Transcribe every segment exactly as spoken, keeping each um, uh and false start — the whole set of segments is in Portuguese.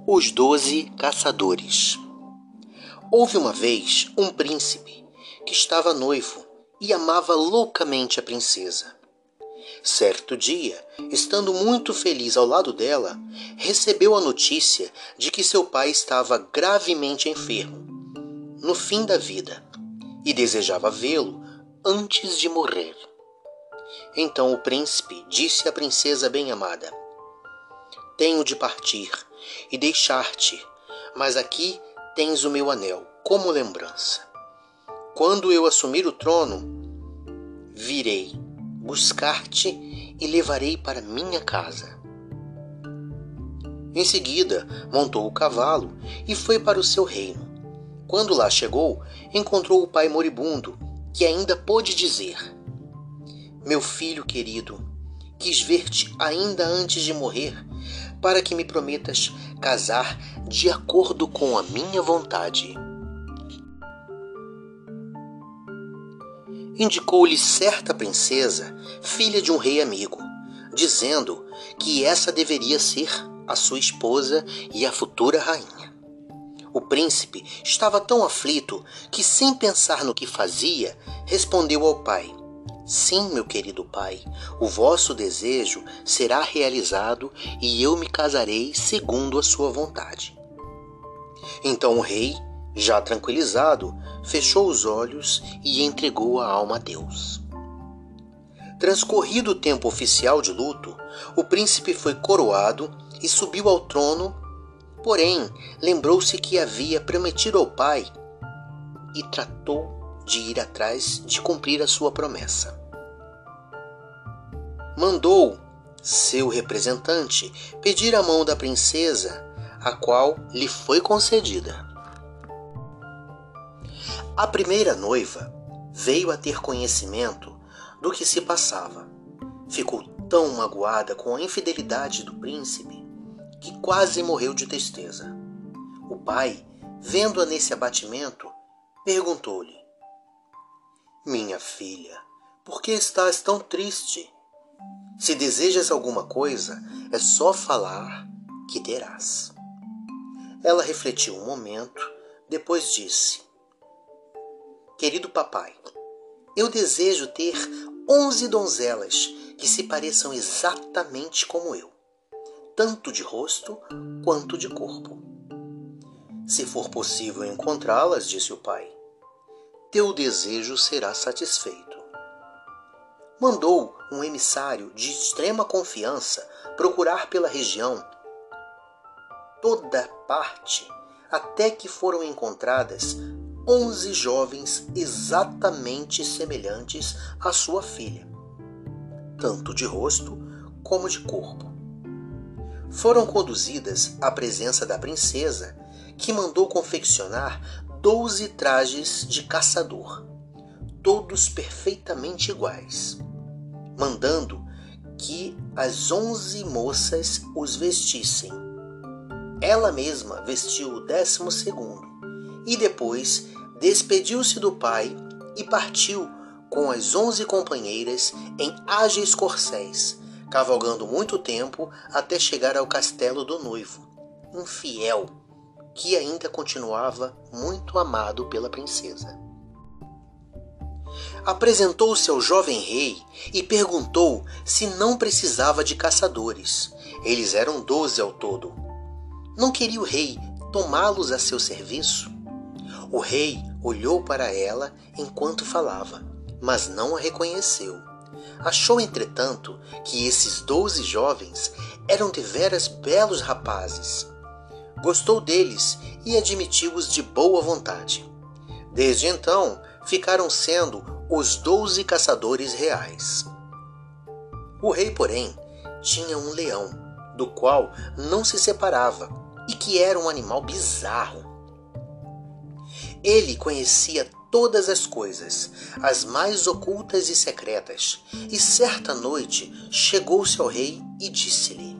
Os doze caçadores. Houve uma vez um príncipe que estava noivo e amava loucamente a princesa. Certo dia, estando muito feliz ao lado dela, recebeu a notícia de que seu pai estava gravemente enfermo, no fim da vida, e desejava vê-lo antes de morrer. Então o príncipe disse à princesa bem-amada: "Tenho de partir e deixar-te, mas aqui tens o meu anel como lembrança. Quando eu assumir o trono, virei buscar-te e levarei para minha casa." Em seguida, montou o cavalo e foi para o seu reino. Quando lá chegou, encontrou o pai moribundo, que ainda pôde dizer: "Meu filho querido, quis ver-te ainda antes de morrer, para que me prometas casar de acordo com a minha vontade." Indicou-lhe certa princesa, filha de um rei amigo, dizendo que essa deveria ser a sua esposa e a futura rainha. O príncipe estava tão aflito que, sem pensar no que fazia, respondeu ao pai: "Sim, meu querido pai, o vosso desejo será realizado e eu me casarei segundo a sua vontade." Então o rei, já tranquilizado, fechou os olhos e entregou a alma a Deus. Transcorrido o tempo oficial de luto, o príncipe foi coroado e subiu ao trono, porém lembrou-se que havia prometido ao pai e tratou de ir atrás de cumprir a sua promessa. Mandou seu representante pedir a mão da princesa, a qual lhe foi concedida. A primeira noiva veio a ter conhecimento do que se passava. Ficou tão magoada com a infidelidade do príncipe que quase morreu de tristeza. O pai, vendo-a nesse abatimento, perguntou-lhe: "Minha filha, por que estás tão triste? Se desejas alguma coisa, é só falar que terás." Ela refletiu um momento, depois disse: "Querido papai, eu desejo ter onze donzelas que se pareçam exatamente como eu, tanto de rosto quanto de corpo." "Se for possível encontrá-las," disse o pai, "teu desejo será satisfeito." Mandou um emissário de extrema confiança procurar pela região toda parte, até que foram encontradas onze jovens exatamente semelhantes à sua filha, tanto de rosto como de corpo. Foram conduzidas à presença da princesa, que mandou confeccionar doze trajes de caçador, todos perfeitamente iguais, mandando que as onze moças os vestissem. Ela mesma vestiu o décimo segundo e depois despediu-se do pai e partiu com as onze companheiras em ágeis corcéis, cavalgando muito tempo até chegar ao castelo do noivo, infiel, que ainda continuava muito amado pela princesa. Apresentou-se ao jovem rei e perguntou se não precisava de caçadores. Eles eram doze ao todo. Não queria o rei tomá-los a seu serviço? O rei olhou para ela enquanto falava, mas não a reconheceu. Achou, entretanto, que esses doze jovens eram deveras belos rapazes. Gostou deles e admitiu-os de boa vontade. Desde então, ficaram sendo os doze caçadores reais. O rei, porém, tinha um leão, do qual não se separava e que era um animal bizarro. Ele conhecia todas as coisas, as mais ocultas e secretas, e certa noite chegou-se ao rei e disse-lhe: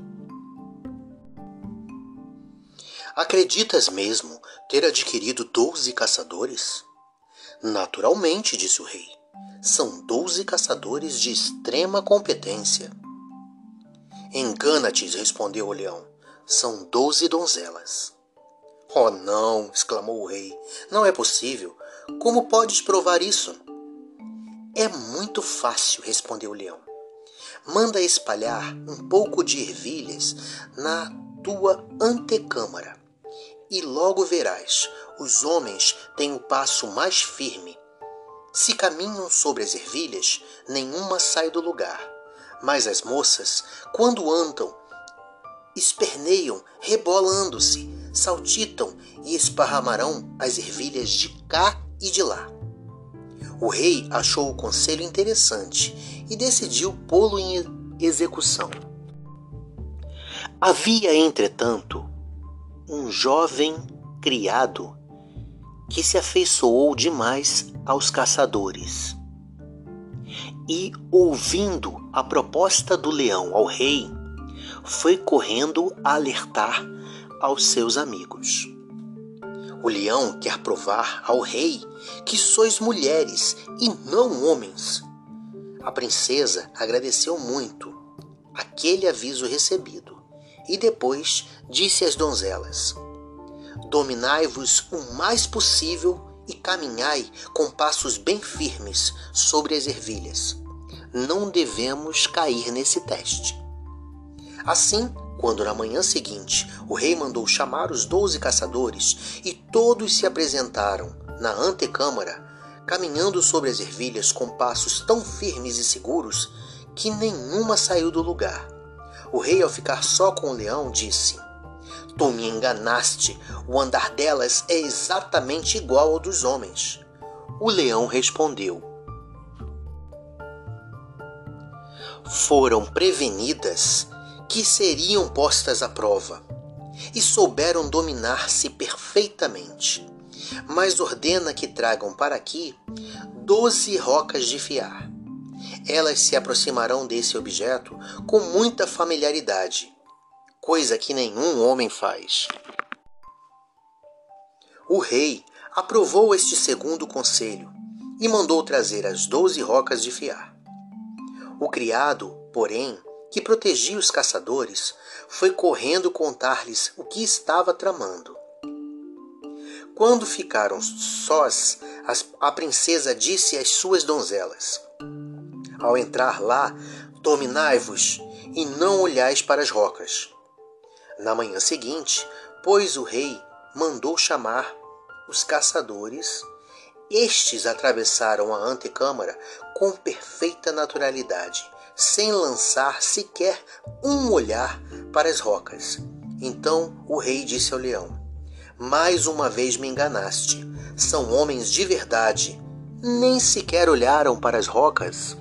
"Acreditas mesmo ter adquirido doze caçadores?" "Naturalmente," disse o rei. "São doze caçadores de extrema competência." "Engana-te," respondeu o leão. são doze donzelas. Oh, não! Exclamou o rei. Não é possível. Como podes provar isso? É muito fácil, respondeu o leão. Manda espalhar um pouco de ervilhas na tua antecâmara, e logo verás, os homens têm o passo mais firme. Se caminham sobre as ervilhas, nenhuma sai do lugar. Mas as moças, quando andam, esperneiam, rebolando-se, saltitam e esparramarão as ervilhas de cá e de lá. O rei achou o conselho interessante e decidiu pô-lo em execução. Havia, entretanto, um jovem criado que se afeiçoou demais aos caçadores. E, ouvindo a proposta do leão ao rei, foi correndo a alertar aos seus amigos. O leão quer provar ao rei que sois mulheres e não homens. A princesa agradeceu muito aquele aviso recebido e depois disse às donzelas: dominai-vos o mais possível e caminhai com passos bem firmes sobre as ervilhas. Não devemos cair nesse teste. Assim, quando na manhã seguinte o rei mandou chamar os doze caçadores e todos se apresentaram na antecâmara, caminhando sobre as ervilhas com passos tão firmes e seguros que nenhuma saiu do lugar, o rei, ao ficar só com o leão, disse: tu me enganaste, o andar delas é exatamente igual ao dos homens. O leão respondeu: foram prevenidas que seriam postas à prova e souberam dominar-se perfeitamente. Mas ordena que tragam para aqui doze rocas de fiar. Elas se aproximarão desse objeto com muita familiaridade, coisa que nenhum homem faz. O rei aprovou este segundo conselho e mandou trazer as doze rocas de fiar. O criado, porém, que protegia os caçadores, foi correndo contar-lhes o que estava tramando. Quando ficaram sós, a princesa disse às suas donzelas: ao entrar lá, dominai-vos e não olhais para as rocas. Na manhã seguinte, pois o rei mandou chamar os caçadores. Estes atravessaram a antecâmara com perfeita naturalidade, sem lançar sequer um olhar para as rocas. Então o rei disse ao leão: mais uma vez me enganaste. São homens de verdade. Nem sequer olharam para as rocas.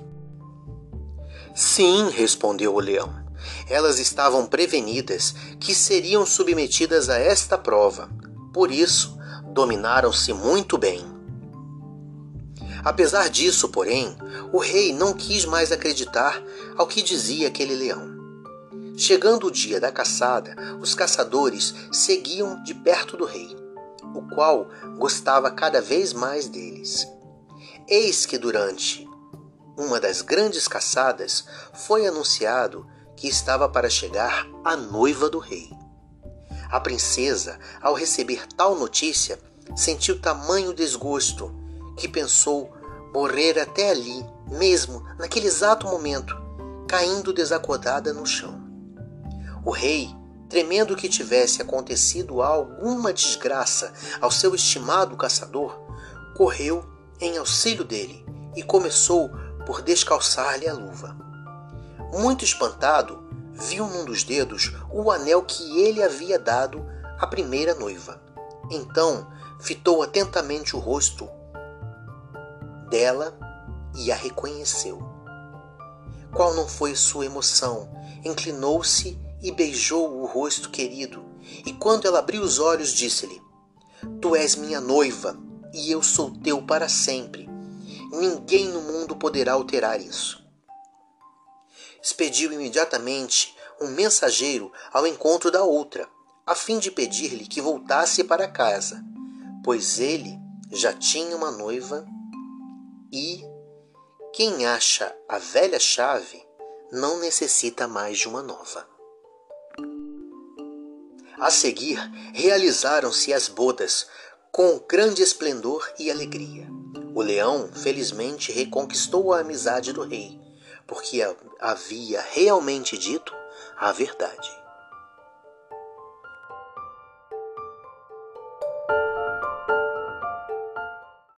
Sim, respondeu o leão. Elas estavam prevenidas que seriam submetidas a esta prova. Por isso, dominaram-se muito bem. Apesar disso, porém, o rei não quis mais acreditar ao que dizia aquele leão. Chegando o dia da caçada, os caçadores seguiam de perto do rei, o qual gostava cada vez mais deles. Eis que durante uma das grandes caçadas foi anunciado que estava para chegar a noiva do rei. A princesa, ao receber tal notícia, sentiu tamanho desgosto que pensou morrer até ali, mesmo naquele exato momento, caindo desacordada no chão. O rei, temendo que tivesse acontecido alguma desgraça ao seu estimado caçador, correu em auxílio dele e começou por descalçar-lhe a luva. Muito espantado, viu num dos dedos o anel que ele havia dado à primeira noiva. Então, fitou atentamente o rosto dela e a reconheceu. Qual não foi sua emoção? Inclinou-se e beijou o rosto querido, e quando ela abriu os olhos, disse-lhe: tu és minha noiva, e eu sou teu para sempre. Ninguém no mundo poderá alterar isso. Expediu imediatamente um mensageiro ao encontro da outra, a fim de pedir-lhe que voltasse para casa, pois ele já tinha uma noiva e quem acha a velha chave não necessita mais de uma nova. A seguir, realizaram-se as bodas com grande esplendor e alegria. O leão, felizmente, reconquistou a amizade do rei, porque havia realmente dito a verdade.